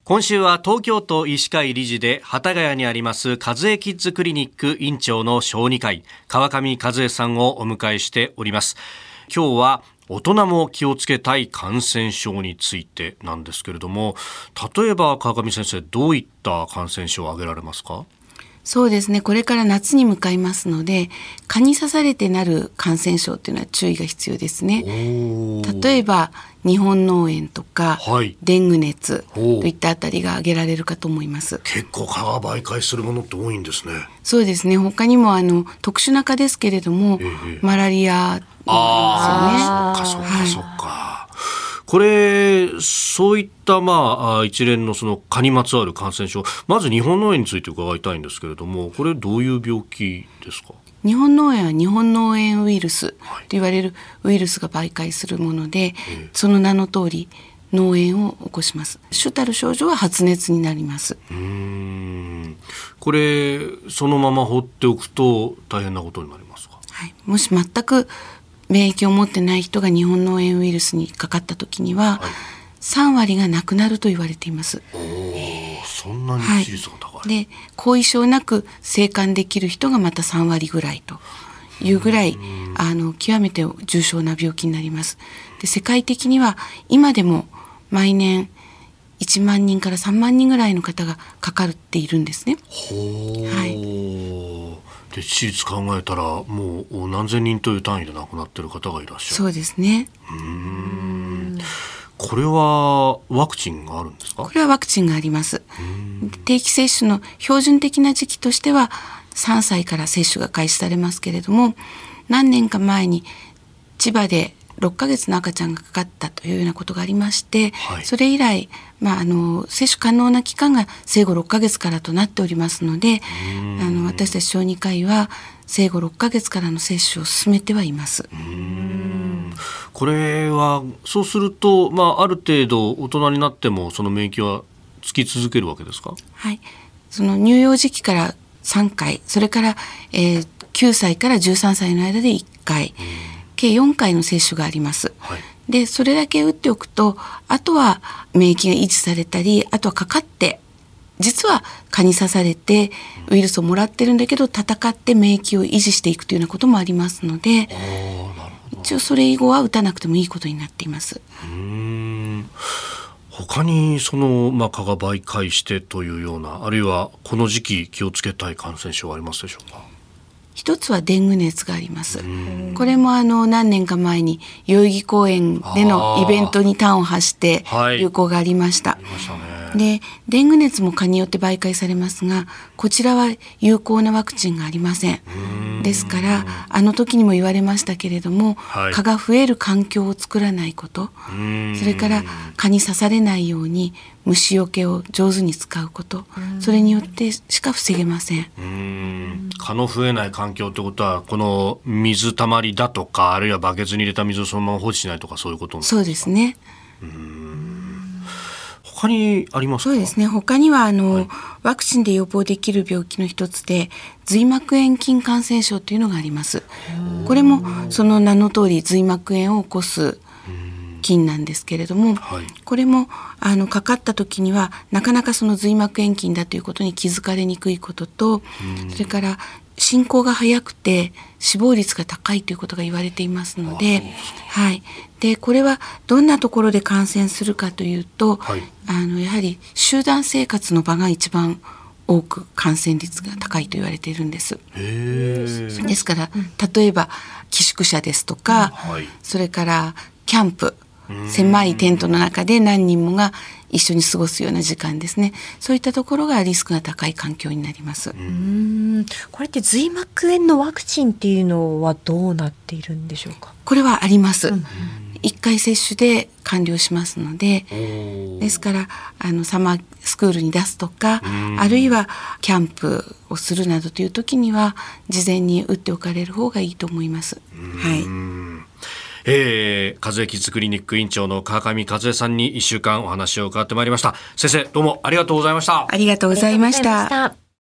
今週は東京都医師会理事で幡ヶ谷にあります和江キッズクリニック院長の小児科医川上和江さんをお迎えしております。今日は大人も気をつけたい感染症についてなんですけれども、例えば川上先生、どういった感染症を挙げられますか？ そうですね、これから夏に向かいますので、蚊に刺されてなる感染症というのは注意が必要ですね。例えば日本脳炎とか、デング熱といったあたりが挙げられるかと思います。 結構蚊が媒介するものって多いんですね。 そうですね、他にも特殊な蚊ですけれども、マラリアありますよね。そっか。これそういった一連のその蚊にまつわる感染症、まず日本脳炎について伺いたいんですけれども、これどういう病気ですか？ 日本脳炎は日本脳炎ウイルスと言われるウイルスが媒介するもので、その名の通り脳炎を起こします。主たる症状は発熱になります。 これそのまま放っておくと大変なことになりますか？ もし全く免疫を持ってない人が日本脳炎ウイルスにかかった時には、3割がなくなると言われています。 そんなに致死率が高い。 で、後遺症なく生還できる人がまた3割ぐらいというぐらい極めて重症な病気になります。で、世界的には今でも毎年1万人から3万人ぐらいの方がかかっているんですね。 致死率考えたらもう何千人という単位で亡くなっている方がいらっしゃる。 そうですね。 これはワクチンがあるんですか？ これはワクチンがあります。定期接種の標準的な時期としては3歳から接種が開始されますけれども、何年か前に千葉で6ヶ月の赤ちゃんがかかったというようなことがありまして、それ以来、接種可能な期間が生後6ヶ月からとなっておりますので、私たち小児科医は生後6ヶ月からの接種を進めてはいます。 これはそうすると、ある程度大人になってもその免疫はつき続けるわけですか？ その乳幼児期から3回、それから、9歳から13歳の間で1回、計4回の接種があります。で、それだけ打っておくと、あとは免疫が維持されたり、あとはかかって実は蚊に刺されてウイルスをもらってるんだけど戦って免疫を維持していくというようなこともありますので、一応それ以後は打たなくてもいいことになっています。 他にその、蚊が媒介してというような、あるいはこの時期気をつけたい感染症はありますでしょうか？ 一つはデング熱があります。これも何年か前に代々木公園でのイベントに端を発して流行がありました。で、デング熱も蚊によって媒介されますが、こちらは有効なワクチンがありません。ですから時にも言われましたけれども、蚊が増える環境を作らないこと、それから蚊に刺されないように虫除けを上手に使うこと、それによってしか防げません。 蚊の増えない環境ってことは、この水たまりだとか、あるいはバケツに入れた水をそのまま放置しないとか、そういうことなんですか？ そうですね。 他にありますか？ そうですね。他にはワクチンで予防できる病気の一つで髄膜炎菌感染症というのがあります。これもその名の通り髄膜炎を起こす菌なんですけれども、これもかかった時にはなかなかその髄膜炎菌だということに気づかれにくいことと、それから進行が早くて死亡率が高いということが言われていますので、でこれはどんなところで感染するかというと、やはり集団生活の場が一番多く感染率が高いと言われているんです。ですから例えば寄宿舎ですとか、それからキャンプ、狭いテントの中で何人もが一緒に過ごすような時間ですね。そういったところがリスクが高い環境になります。 これって髄膜炎のワクチンっていうのはどうなっているんでしょうか？ これはあります。1回接種で完了しますので、ですからサマースクールに出すとか、あるいはキャンプをするなどという時には事前に打っておかれる方がいいと思います。 和江キッズクリニック院長の川上和江さんに1週間お話を伺ってまいりました。先生、どうもありがとうございました。 ありがとうございました。